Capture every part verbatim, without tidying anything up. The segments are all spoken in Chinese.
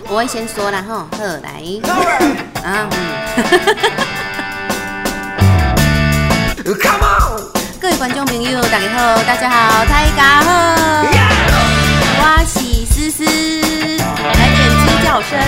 我会先说啦吼，好来，啊，嗯，各位观众朋友，大家好，大家好，大家好，我是思思，来点鸡叫声。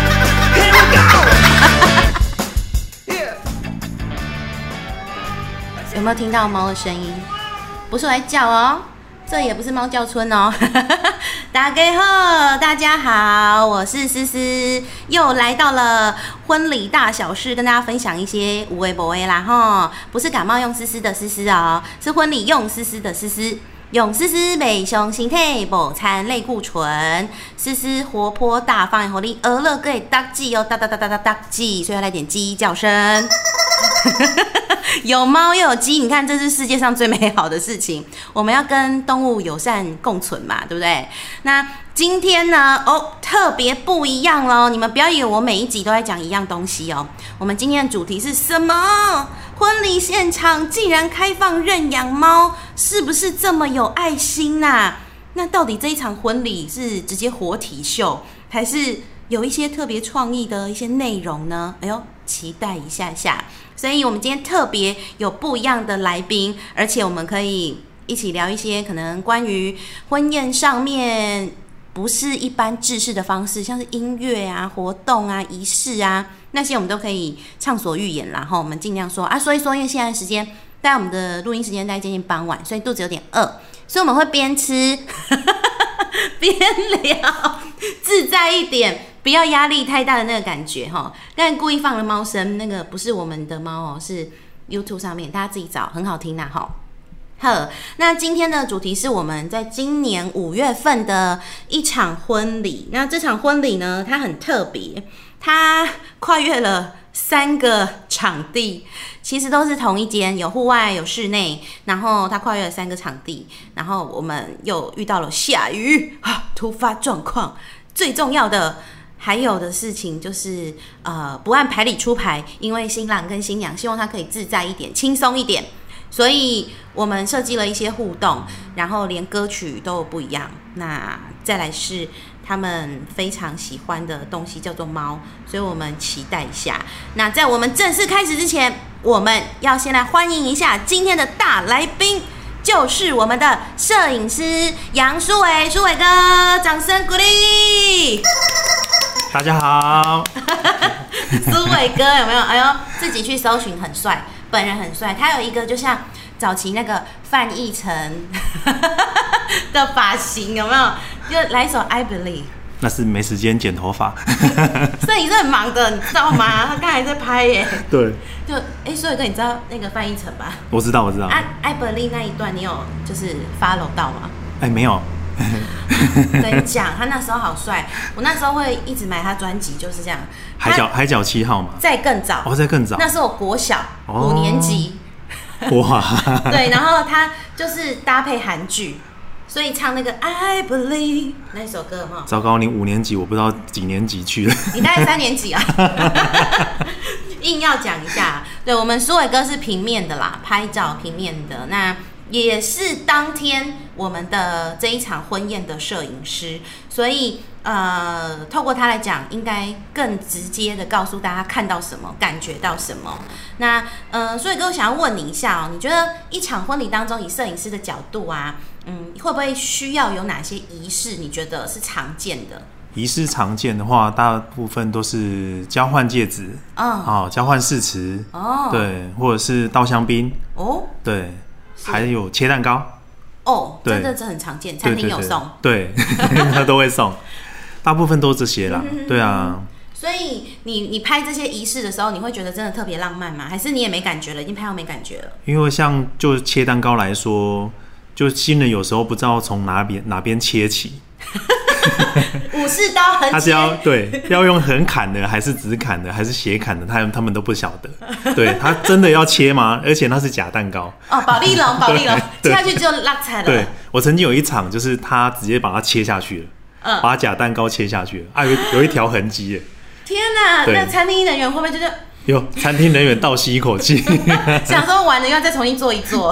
有没有听到猫的声音？不是我在叫哦，这也不是猫叫村哦。大家好，大家好，我是思思，又来到了婚礼大小事，跟大家分享一些有的没的啦吼，不是感冒用思思的思思哦，是婚礼用思思的思思。用思思美胸形态补餐类固醇，思思活泼大方，活力鹅乐可以搭记哦，哒哒哒哒哒哒记，所以要来点鸡叫声。有猫又有鸡，你看这是世界上最美好的事情。我们要跟动物友善共存嘛，对不对？那今天呢，哦，特别不一样咯，你们不要以为我每一集都在讲一样东西哦。我们今天的主题是什么？婚礼现场竟然开放认养猫，是不是这么有爱心啊？那到底这一场婚礼是直接活体秀，还是有一些特别创意的一些内容呢？哎呦，期待一下下。所以我们今天特别有不一样的来宾，而且我们可以一起聊一些可能关于婚宴上面不是一般制式的方式，像是音乐啊、活动啊、仪式啊，那些我们都可以畅所欲言啦。哈，我们尽量说啊，说一说，因为现在时间，大概我们的录音时间大概接近傍晚，所以肚子有点饿，所以我们会边吃边聊，自在一点。不要压力太大的那个感觉哈，但故意放了猫声，那个不是我们的猫哦，是 YouTube 上面，大家自己找，很好听啦哈。好，那今天的主题是我们在今年五月份的一场婚礼。那这场婚礼呢，它很特别，它跨越了三个场地，其实都是同一间，有户外有室内，然后它跨越了三个场地，然后我们又遇到了下雨啊，突发状况，最重要的。还有的事情就是，呃，不按牌理出牌，因为新郎跟新娘希望他可以自在一点、轻松一点，所以我们设计了一些互动，然后连歌曲都有不一样。那再来是他们非常喜欢的东西叫做猫，所以我们期待一下。那在我们正式开始之前，我们要先来欢迎一下今天的大来宾。就是我们的摄影师杨书伟，书伟哥，掌声鼓励！ 大家好， 书伟哥有没有？哎呦，自己去搜寻很帅，本人很帅。他有一个就像早期那个范逸臣的发型，有没有？就来一首《I Believe》。 那是没时间剪头发。 摄影师很忙的，你知道吗？他刚才在拍耶。对。就哎，书伟哥，你知道那个范逸臣吧？ 我知道，我知道。 啊，《I Believe》那一段你有就是 follow 到吗？ 哎，没有。 跟你讲，他那时候好帅，我那时候会一直买他专辑，就是这样。 海角海角七号嘛， 再更早， 哦，再更早， 那是我国小、哦、五年级。 哇， 对，然后他就是搭配韩剧，所以唱那个 I Believe 那首歌哈。 糟糕，你五年级，我不知道几年级去了。 你大概三年级啊？硬要讲一下，对，我们书伟哥是平面的啦，拍照平面的那。也是当天我们的这一场婚宴的摄影师，所以呃，透过他来讲，应该更直接的告诉大家看到什么，感觉到什么。那呃，所以哥，我想要问你一下哦，你觉得一场婚礼当中，以摄影师的角度啊，嗯，会不会需要有哪些仪式？你觉得是常见的？ 仪式常见的话，大部分都是交换戒指，嗯，哦，交换誓词，哦，对，或者是倒香槟，哦，对。还有切蛋糕哦，真的这很常见，餐厅有送， 对，他都会送，大部分都这些啦，嗯、对啊。 所以你你拍这些仪式的时候，你会觉得真的特别浪漫吗？还是你也没感觉了，已经拍到没感觉了？ 因为像就切蛋糕来说，就新人有时候不知道从哪边哪边切起。 武士刀横切， 他是要对要用横砍的，还是直砍的，还是斜砍的？他他们都不晓得。对，他真的要切吗？而且那是假蛋糕哦，保利龙，保利龙，切下去就落菜了。 对，我曾经有一场，就是他直接把它切下去了，嗯，把假蛋糕切下去了，啊，有有一条痕迹耶。 天哪，那餐厅人员会不会就是？ 有餐厅人员倒吸一口气， 想说完了要再重新做一做。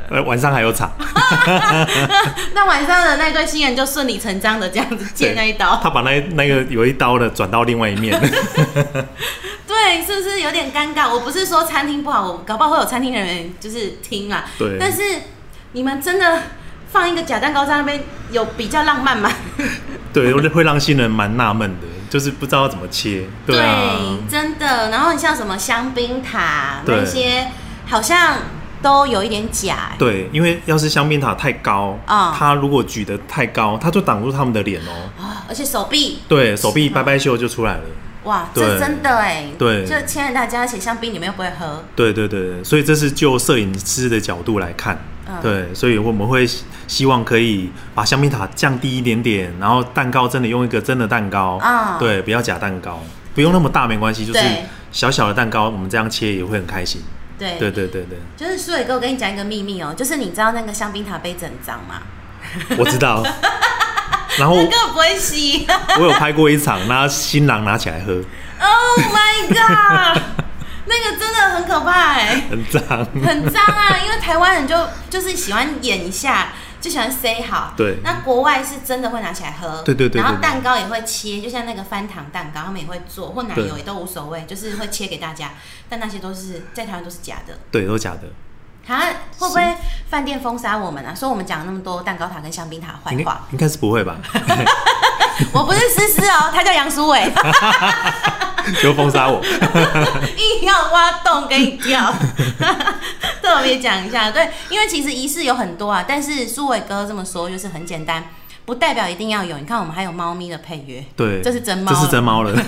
晚上还有场。 那晚上的那对新人就顺理成章的这样子借那一刀。 他把那那个有一刀的转到另外一面。 对，是不是有点尴尬？我不是说餐厅不好，我搞不好会有餐厅的人就是听啦。 对。 但是你们真的放一个假蛋糕在那边，有比较浪漫吗？ 对，会让新人蛮纳闷的，就是不知道怎么切。对啊， 对，真的。然后你像什么香槟塔那些，好像都有一点假。 对，因为要是香槟塔太高，哦、它如果举得太高，它就挡住他们的脸哦。 啊，而且手臂， 对，手臂拜拜袖就出来了。 哇，这真的哎， 对， 就牵着大家，而且香槟你们又不会喝。 对对对，所以这是就摄影师的角度来看，嗯、对，所以我们会希望可以把香槟塔降低一点点，然后蛋糕真的用一个真的蛋糕，啊、对，不要假蛋糕，不用那么大没关系，就是小小的蛋糕，我们这样切也会很开心。 对对对对对， 就是苏伟哥，我跟你讲一个秘密哦，就是你知道那个香槟塔杯子很脏吗？ 我知道。然后那个不会洗。 我有拍过一场，那新郎拿起来喝。 Oh my god！ 那个真的很可怕哎， 很脏， 很脏啊！因为台湾人就就是喜欢演一下，就喜欢 say 好。 对。 那国外是真的会拿起来喝。 对对 对, 对。 然后蛋糕也会切，就像那个翻糖蛋糕，他们也会做，或奶油也都无所谓，就是会切给大家。但那些都是在台湾都是假的。 对，都是假的。 啊，会不会饭店封杀我们啊？说我们讲那么多蛋糕塔跟香槟塔坏话， 应该是不会吧？ 我不是思思哦，他叫杨苏伟， 就封杀我， 硬要挖洞给你跳，特别讲一下。对，因为其实仪式有很多啊，但是苏伟哥这么说就是很简单，不代表一定要有。你看我们还有猫咪的配乐， 对， 这是真猫， 这是真猫了。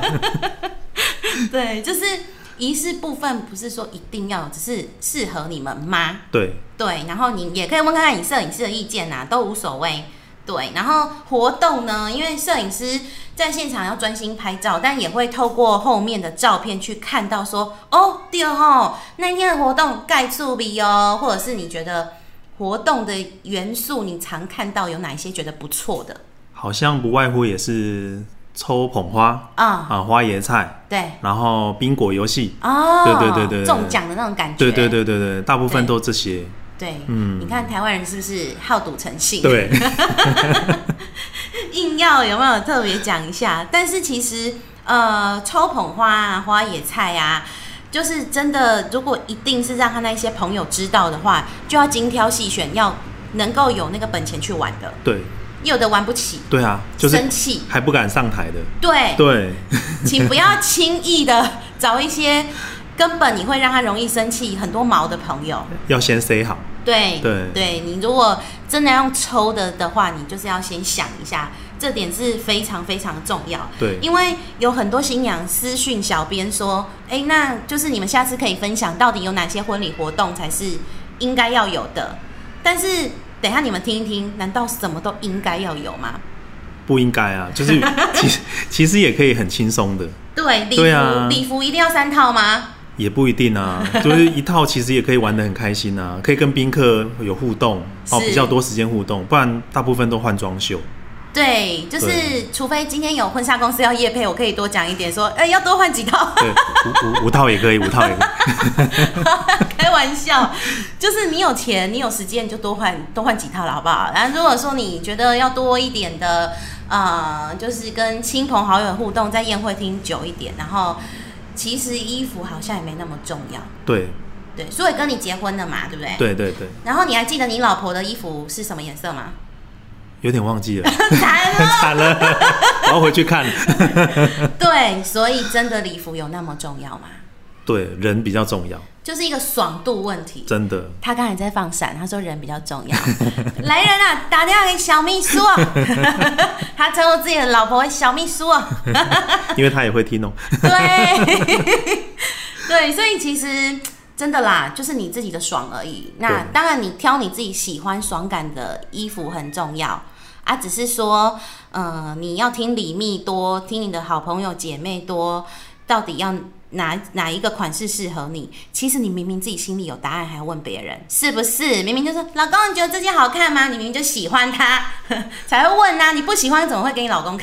对，就是。仪式部分不是说一定要有，只是适合你们吗？ 对对，然后你也可以问看看你摄影师的意见啊，都无所谓。对，然后活动呢，因为摄影师在现场要专心拍照，但也会透过后面的照片去看到说，哦，对哦，那天的活动盖触笔哦，或者是你觉得活动的元素你常看到有哪一些觉得不错的？ 好像不外乎也是。抽捧花啊、嗯、啊，花椰菜， 对， 然后宾果游戏， 哦， 对对对对， 中奖的那种感觉， 对对对对对，大部分都这些， 对，嗯，你看台湾人是不是好赌成性？ 对， 硬要有没有特别讲一下？但是其实呃，抽捧花啊，花椰菜啊，就是真的，如果一定是让他那些朋友知道的话，就要精挑细选，要能够有那个本钱去玩的， 对。 有的玩不起， 对啊，就是生气， 还不敢上台的， 对对， 请不要轻易的找一些根本你会让他容易生气、很多毛的朋友， 要先 say 好。 对对对，你如果真的要用抽的的话，你就是要先想一下，这点是非常非常重要。 对， 因为有很多新娘私讯小编说，哎，那就是你们下次可以分享到底有哪些婚礼活动才是应该要有的，但是。等一下，你们听一听，难道什么都应该要有吗？ 不应该啊，就是其实其实也可以很轻松的。 对，礼服礼、啊、服一定要三套吗？ 也不一定啊，就是一套其实也可以玩得很开心啊，可以跟宾客有互动，哦，比较多时间互动，不然大部分都换装秀。 对，就是除非今天有婚纱公司要业配，我可以多讲一点，说，哎、欸，要多换几套。 对，五五五套也可以，五套也可以。 开玩笑，就是你有钱，你有时间，你就多换多换几套了，好不好？然后如果说你觉得要多一点的，呃，就是跟亲朋好友互动，在宴会厅久一点，然后其实衣服好像也没那么重要。 对。 对，所以跟你结婚了嘛，对不对？ 对对对。 然后你还记得你老婆的衣服是什么颜色吗？ 有点忘记了， 惨了， 惨了，我要回去看。 对，所以真的礼服有那么重要吗？ 对，人比较重要， 就是一个爽度问题。 真的， 他刚才在放闪，他说人比较重要。来人啊，打电话给小秘书啊！他称呼自己的老婆为小秘书啊， 因为他也会听哦。 对，对，所以其实。真的啦，就是你自己的爽而已。那当然，你挑你自己喜欢爽感的衣服很重要啊。只是说，呃，你要听李密多，听你的好朋友姐妹多，到底要哪哪一个款式适合你？其实你明明自己心里有答案，还要问别人，是不是？明明就说老公，你觉得这件好看吗？你明明就喜欢它，才会问啊。你不喜欢怎么会给你老公看？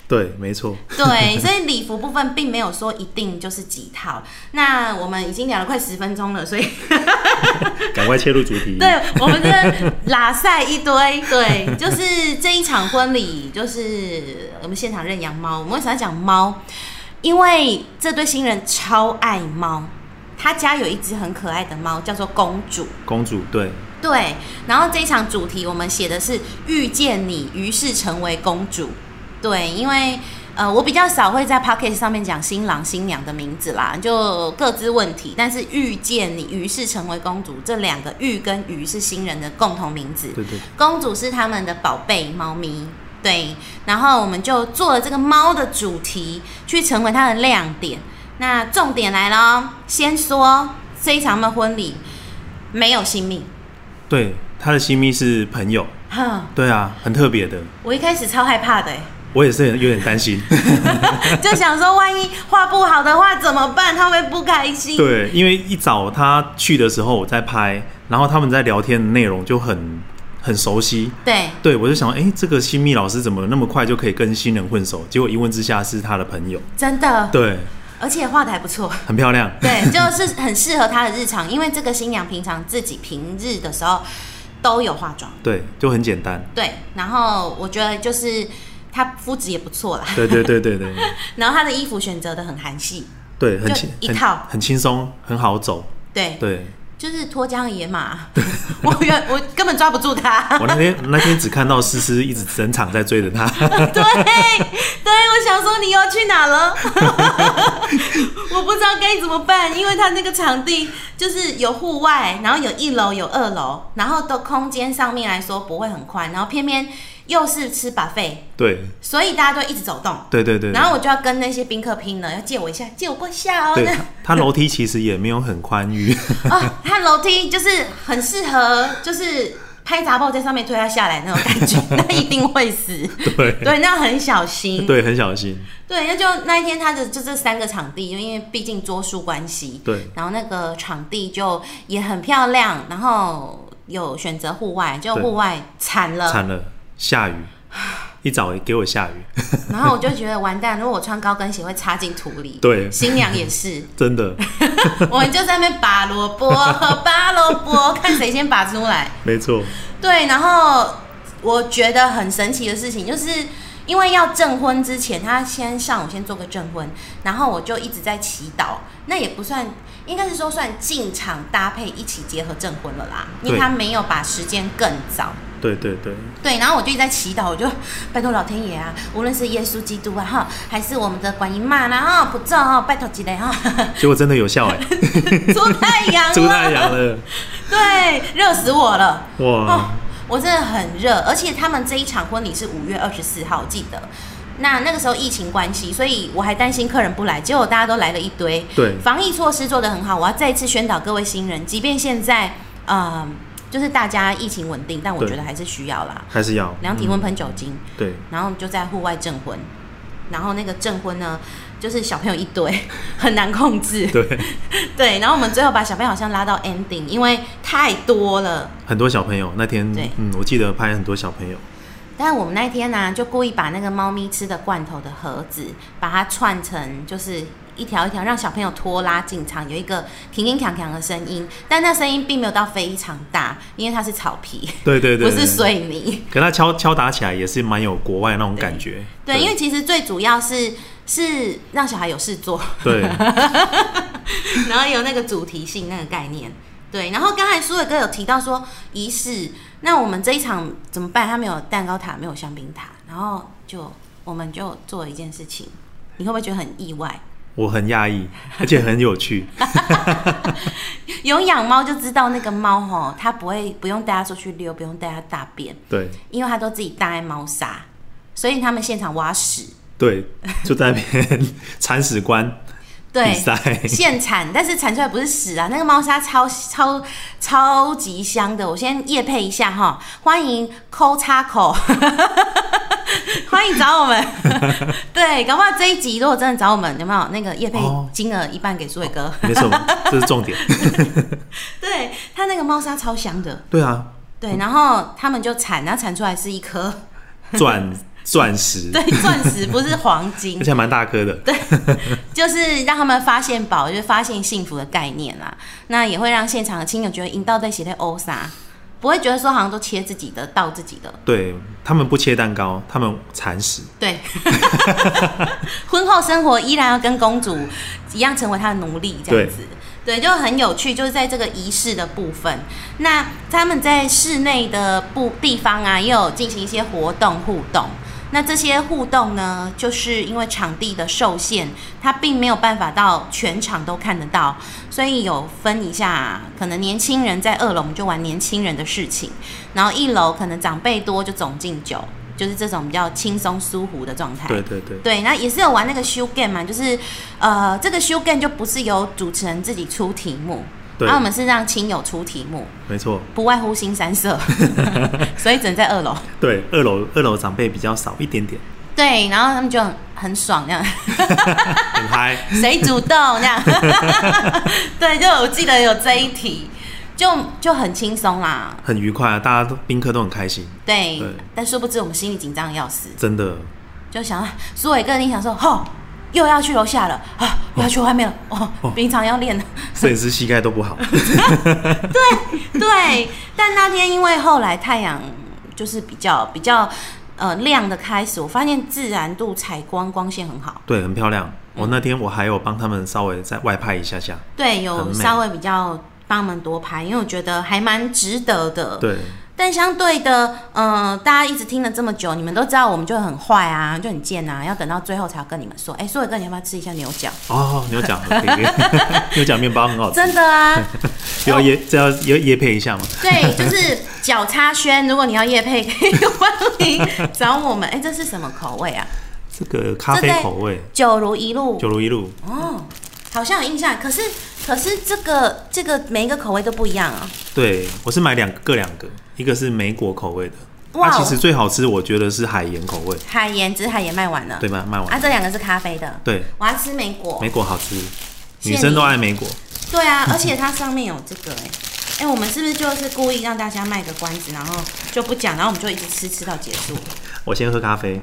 对，没错。 对，所以礼服部分并没有说一定就是几套。那我们已经聊了快十分钟了，所以赶快切入主题。 对，我们这拉赛一堆，对，就是这一场婚礼，就是我们现场认养猫。我们为什么要讲猫？因为这对新人超爱猫，他家有一只很可爱的猫，叫做公主。 公主，对。 对，然后这一场主题我们写的是遇见你，于是成为公主。对，因为呃，我比较少会在 podcast 上面讲新郎新娘的名字啦，就各自问题。但是遇见你，于是成为公主，这两个遇跟于是新人的共同名字。 对对。 公主是他们的宝贝猫咪。对，然后我们就做了这个猫的主题，去成为它的亮点。那重点来了，先说这一场的婚礼没有新秘。 对，他的新秘是朋友。对啊，很特别的。 我一开始超害怕的， 我也是有点担心， 就想说万一画不好的话怎么办？他会不会不开心？ 对，因为一早他去的时候我在拍，然后他们在聊天的内容就很很熟悉。 对， 对我就想，哎、欸，这个新秘老师怎么那么快就可以跟新人混熟？结果一问之下是他的朋友， 真的。 对。 而且画的还不错， 很漂亮。 对，就是很适合他的日常，因为这个新娘平常自己平日的时候都有化妆， 对，就很简单。 对，然后我觉得就是他肤质也不错啦。 对对对对对。 然后他的衣服选择的很韩系， 对，很轻一套， 很轻松，很好走。 对对。 就是脱缰野马，我我根本抓不住他。 我那天那天只看到思思一直整场在追着他。 对对，我想说你又要去哪了？我不知道该怎么办，因为他那个场地就是有户外，然后有一楼有二楼，然后的空间上面来说不会很宽，然后偏偏又是吃 buffet， 对， 所以大家都一直走动。 对对 对, 对。 然后我就要跟那些宾客拼了，要借我一下，借我过下哦。 对，他楼梯其实也没有很宽裕。 哦，他楼梯就是很适合，就是拍杂报在上面推他下来那种感觉，那一定会死。 对对，那很小心。 对，很小心。 对，那就那一天他的就这三个场地，因为毕竟桌数关系。 对。 然后那个场地就也很漂亮，然后有选择户外，就户外惨了。 惨了。下雨，一早给我下雨， 然后我就觉得完蛋，如果我穿高跟鞋会插进土里。 对， 新娘也是， 真的。 我们就在那边拔萝卜，拔萝卜，看谁先拔出来。 没错。 对，然后我觉得很神奇的事情，就是因为要证婚之前，他先上午先做个证婚，然后我就一直在祈祷，那也不算。应该是说算进场搭配一起结合证婚了啦，因为他没有把时间更早。 对对对。 对，然后我就一直在祈祷，我就拜托老天爷啊，无论是耶稣基督啊哈，还是我们的观音妈啦哈，不照哈，拜托几类哈。 结果真的有效哎、 欸，出太阳了， 出太阳了。 对，热死我了。 哇、哦， 我真的很热，而且他们这一场婚礼是五月二十四号，我记得。那那个时候疫情关系，所以我还担心客人不来，结果大家都来了一堆。 对， 防疫措施做得很好。我要再一次宣导各位新人，即便现在呃，就是大家疫情稳定，但我觉得还是需要啦， 还是要量体温、喷酒精、嗯。 对， 然后就在户外证婚，然后那个证婚呢，就是小朋友一堆，很难控制。 对， 对，然后我们最后把小朋友好像拉到 ending， 因为太多了， 很多小朋友那天，对，嗯，我记得拍很多小朋友。 但我们那天呢、啊，就故意把那个猫咪吃的罐头的盒子，把它串成就是一条一条，让小朋友拖拉进场，有一个铿铿锵锵的声音，但那声音并没有到非常大，因为它是草皮， 对对 对, 对， 不是水泥。 可它敲敲打起来也是蛮有国外那种感觉。 对， 对, 对，因为其实最主要是是让小孩有事做， 对， 然后有那个主题性那个概念。对，然后刚才苏伟哥有提到说仪式，那我们这一场怎么办？他没有蛋糕塔，没有香槟塔，然后就我们就做了一件事情，你会不会觉得很意外？ 我很讶异，而且很有趣。 有养猫就知道，那个猫吼，它不会不用带它出去溜，不用带它大便， 对， 因为它都自己搭在猫砂，所以他们现场挖屎， 对，就在那边铲屎官。 对，现产，但是产出来不是屎啊，那个猫砂超超超级香的。我先业配一下哈，欢迎抠叉口，欢迎找我们。对，搞不好这一集如果真的找我们，有没有那个业配金额一半给苏伟哥？ 没错，这是重点。 对，他那个猫砂超香的。 对啊。 对，然后他们就产，然后产出来是一颗转钻石， 对，钻石不是黄金， 而且蛮大颗的。 对，就是让他们发现宝，就是发现幸福的概念啦。那也会让现场的亲友觉得引导在写在欧莎，不会觉得说好像都切自己的，倒自己的。 对，他们不切蛋糕，他们蚕食。对， 婚后生活依然要跟公主一样成为她的奴隶，这样子。对，就很有趣，就是在这个仪式的部分。那他们在室内的部地方啊，也有进行一些活动互动。那这些互动呢，就是因为场地的受限，它并没有办法到全场都看得到，所以有分一下，可能年轻人在二楼我们就玩年轻人的事情，然后一楼可能长辈多就总敬酒。就是这种比较轻松舒服的状态。 对对对。 对，那也是有玩那个 show game 嘛，就是呃，这个 show game 就不是由主持人自己出题目，然后我们是让亲友出题目。没错。不外乎新三色，所以只能在二楼。对， 二楼二楼长辈比较少一点点。 对，然后他们就很很爽这样， 很嗨。谁主动这样？对，就我记得有这一题。就就很轻松啦， 很愉快啊，大家都宾客都很开心。 对，对，但殊不知我们心里紧张的要死， 真的。 就想苏伟哥，你想说，吼，又要去楼下了啊，又要去外面了，哦，哦平常要练的。 摄影师膝盖都不好。 对对，但那天因为后来太阳就是比较比较呃亮的开始，我发现自然度、采光、光线很好， 对，很漂亮。我那天我还有帮他们稍微再外拍一下下， 对，有稍微比较。帮他们多拍，因为我觉得还蛮值得的。 对。 但相对的，呃，大家一直听了这么久，你们都知道我们就很坏啊，就很贱啊，要等到最后才要跟你们说，哎、欸，苏伟哥，你要不要吃一下牛角？哦， 牛角可以，牛角面包很好吃。 真的啊。 要业，这要业配一下嘛？ 对，就是脚插轩，如果你要业配，可以欢迎找我们。哎、欸，这是什么口味啊？ 这个咖啡口味。 九如一路。 九如一路。 哦。好像有印象，可是可是这个这个每一个口味都不一样啊。 对，我是买两个各两个，一个是莓果口味的，它、啊、其实最好吃，我觉得是海盐口味。海盐，只是海盐卖完了。 对吧？卖完了。 啊，这两个是咖啡的。 对。 我要吃莓果。 莓果好吃，女生都爱莓果。 对啊，而且它上面有这个哎、欸，哎、欸，我们是不是就是故意让大家卖个关子，然后就不讲，然后我们就一直吃吃到结束？ 我先喝咖啡。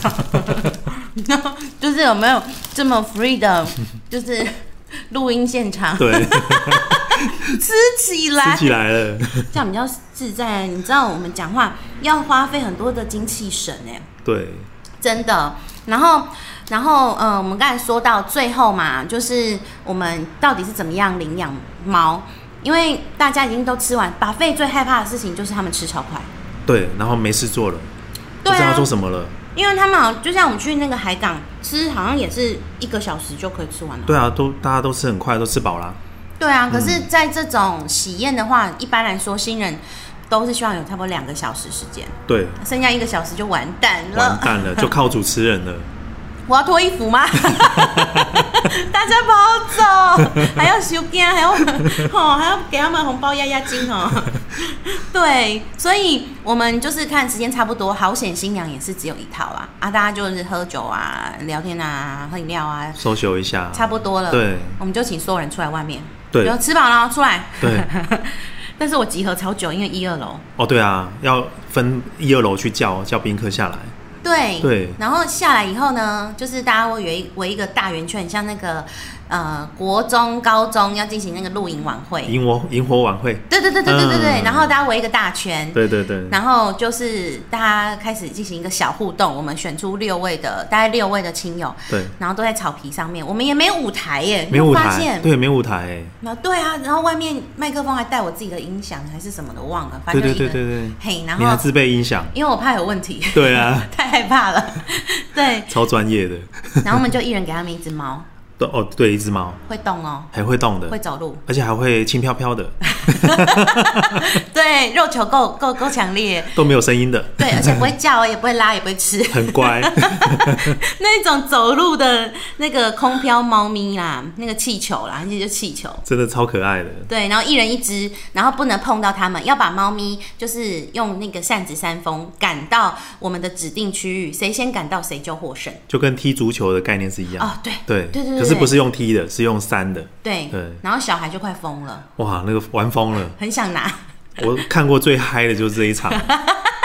就是有没有这么 free 的，就是录音现场？对，吃起来， 吃起来了， 这样比较自在。你知道我们讲话要花费很多的精气神哎， 对， 真的。然后，然后，呃，我们刚才说到最后嘛，就是我们到底是怎么样领养猫？因为大家已经都吃完，buffet最害怕的事情就是他们吃超快。 对，然后没事做了，不知道做什么了。 因为他们好像就像我们去那个海港吃，好像也是一个小时就可以吃完了。 对啊，都大家都吃很快，都吃饱啦。 对啊，可是在这种喜宴的话，嗯、一般来说新人都是希望有差不多两个小时时间。对，剩下一个小时就完蛋了。 完蛋了，就靠主持人了。 我要脱衣服吗？大家跑走，还要收惊，还要哦，还要给他们红包压压惊哦。对，所以我们就是看时间差不多，好险新娘也是只有一套啦啊，大家就是喝酒啊、聊天啊、喝饮料啊， 收秀一下， 差不多了。对，我们就请所有人出来外面， 对， 就吃饱了出来。对。但是我集合超久，因为一二楼。 哦，对啊，要分一二楼去叫叫宾客下来。 对对，然后下来以后呢，就是大家会围围一个大圆圈，像那个呃国中、高中要进行那个露营晚会， 萤火萤火晚会。 对对对对对对对，嗯、然后大家围一个大圈， 对对对， 然后就是大家开始进行一个小互动，我们选出六位的大概六位的亲友，对，然后都在草皮上面，我们也没有舞台耶， 没有舞台，对，没有舞台哎， 那对啊，然后外面麦克风还带我自己的音响还是什么的，忘了，反正对对对对对， 嘿，然后你还自备音响， 因为我怕有问题， 对啊， 太害怕了，对， 超专业的， 然后我们就一人给他们一只猫。 哦，对，一只猫会动哦， 还会动的， 会走路， 而且还会轻飘飘的。 对，肉球够够够强烈， 都没有声音的。对， 而且不会叫，也不会拉，也不会吃， 很乖。 那种走路的那个空飘猫咪啦，那个气球啦，那就气球， 真的超可爱的。 对，然后一人一只，然后不能碰到它们，要把猫咪就是用那个扇子扇风赶到我们的指定区域，谁先赶到谁就获胜， 就跟踢足球的概念是一样。哦， 对对对对对。 可是不是用踢的，是用扇的。 对对，然后小孩就快疯了。哇， 那个玩疯了， 很想拿。 我看过最嗨的就是这一场。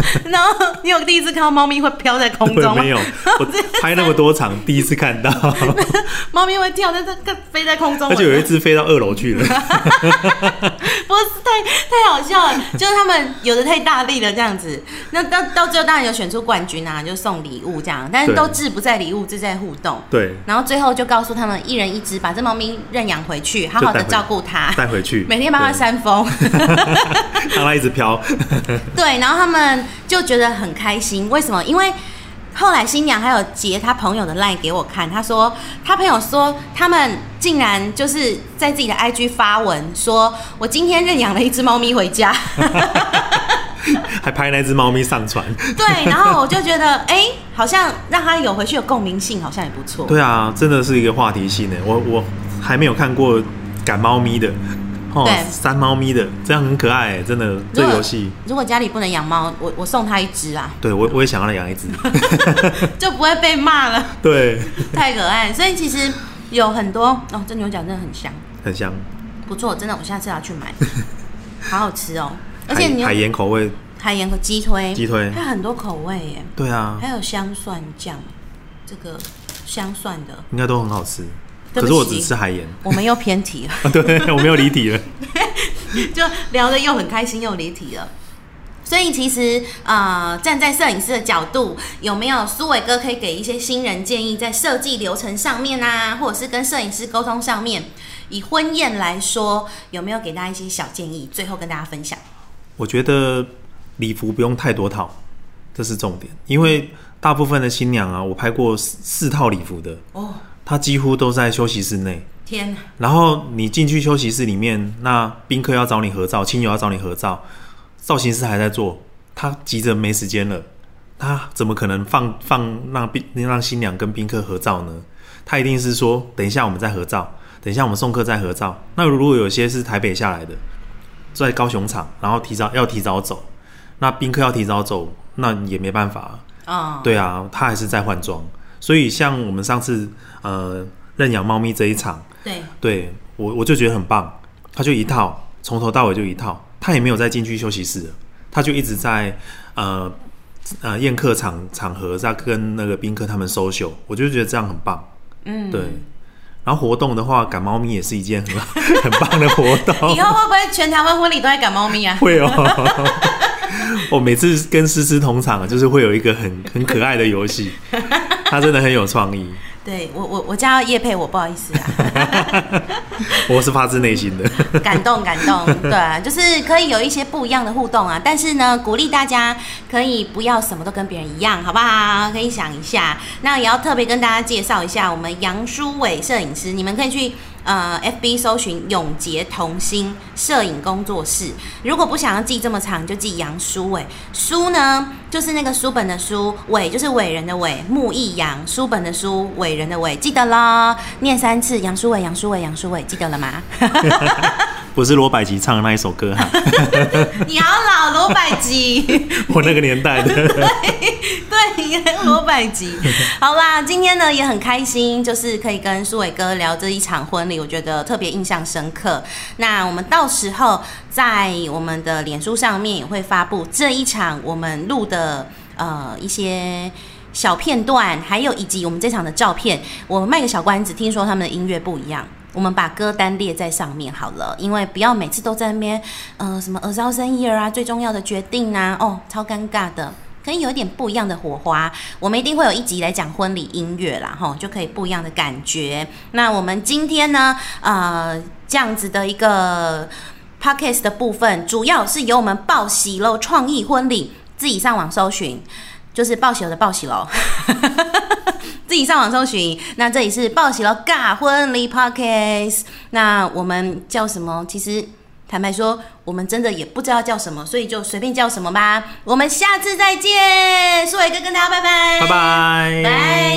然后你有第一次看到猫咪会飘在空中吗？ 没有，我拍那么多场，第一次看到猫咪会跳在这飞在空中， 而且有一只飞到二楼去了。 不是太太好笑了，就是他们有的太大力了这样子。那到到最后当然有选出冠军啊，就送礼物这样，但是都志不在礼物，志在互动。对。然后最后就告诉他们一人一只，把这猫咪认养回去，好好的照顾它， 带回去， 每天帮它扇风， 让它一直飘。 对，然后他们就觉得很开心，为什么？因为后来新娘还有截他朋友的 LINE 给我看，他说他朋友说他们竟然就是在自己的 I G 发文说，我今天认养了一只猫咪回家， 还拍那只猫咪上传。 对，然后我就觉得，哎、欸，好像让他有回去有共鸣性，好像也不错。 对啊，真的是一个话题性呢。我我还没有看过赶猫咪的。哦，扇猫咪的，这样很可爱耶，真的。这游戏如果家里不能养猫，我我送他一只啊。 对，我我也想要来养一只， 就不会被骂了。 对， 太可爱。所以其实有很多哦，这牛角真的很香， 很香， 不错，真的，我下次要去买，好好吃哦。而且你海盐口味， 海盐和鸡推， 鸡推， 它很多口味耶。 对啊， 还有香蒜酱，这个香蒜的应该都很好吃。可是我只吃海盐， 我们又偏题了。 对，我们又离题了， 就聊得又很开心，又离题了。所以其实呃，站在摄影师的角度，有没有苏伟哥可以给一些新人建议，在设计流程上面啊，或者是跟摄影师沟通上面，以婚宴来说，有没有给大家一些小建议？最后跟大家分享。 我觉得礼服不用太多套，这是重点，因为大部分的新娘啊，我拍过四套礼服的哦。他几乎都在休息室内， 天！ 然后你进去休息室里面，那宾客要找你合照，亲友要找你合照，造型师还在做，他急着没时间了，他怎么可能放放让让新娘跟宾客合照呢？他一定是说，等一下我们再合照，等一下我们送客再合照。那如果有些是台北下来的，在高雄场，然后提早要提早走，那宾客要提早走，那也没办法啊。Oh. 对啊，他还是在换装。所以像我们上次呃认养猫咪这一场，对，对我我就觉得很棒，他就一套从头到尾就一套，他也没有再进去休息室了，他就一直在呃呃宴客场场合在跟那个宾客他们 social， 我就觉得这样很棒，嗯，对。然后活动的话，赶猫咪也是一件很很棒的活动。 以后会不会全台湾婚礼都在赶猫咪啊？ 会哦。我每次跟思思同场，就是会有一个很很可爱的游戏，他真的很有创意。 对我我我叫业配我不好意思啊， 我是发自内心的感动感动，对啊，就是可以有一些不一样的互动啊，但是呢，鼓励大家可以不要什么都跟别人一样，好不好？可以想一下，那也要特别跟大家介绍一下我们杨书伟摄影师，你们可以去。呃 ，F B 搜寻永洁同心摄影工作室。如果不想要记这么长，就记杨书伟。书呢，就是那个书本的书；伟就是伟人的伟，木易杨，书本的书，伟人的伟，记得咯。念三次，杨书伟，杨书伟，杨书伟，记得了吗？ 不是罗百吉唱的那一首歌哈。 你好老，罗百吉。 我那个年代的。 对对，罗百吉。好啦，今天呢也很开心，就是可以跟书伟哥聊这一场婚礼，我觉得特别印象深刻。那我们到时候在我们的脸书上面也会发布这一场我们录的呃一些小片段，还有以及我们这场的照片。我们卖个小关子，听说他们的音乐不一样。我们把歌单列在上面好了，因为不要每次都在那边，呃，什么 A thousand year 啊，最重要的决定啊，哦，超尴尬的，可以有一点不一样的火花。我们一定会有一集来讲婚礼音乐啦，吼，就可以不一样的感觉。那我们今天呢，呃，这样子的一个 podcast 的部分，主要是由我们报喜喽创意婚礼自己上网搜寻，就是报喜喽的报喜喽。自己上网搜寻，那这里是报喜喽尬婚礼 Podcast。那我们叫什么？其实坦白说，我们真的也不知道叫什么，所以就随便叫什么吧。我们下次再见，苏伟哥跟大家拜拜， 拜拜，拜。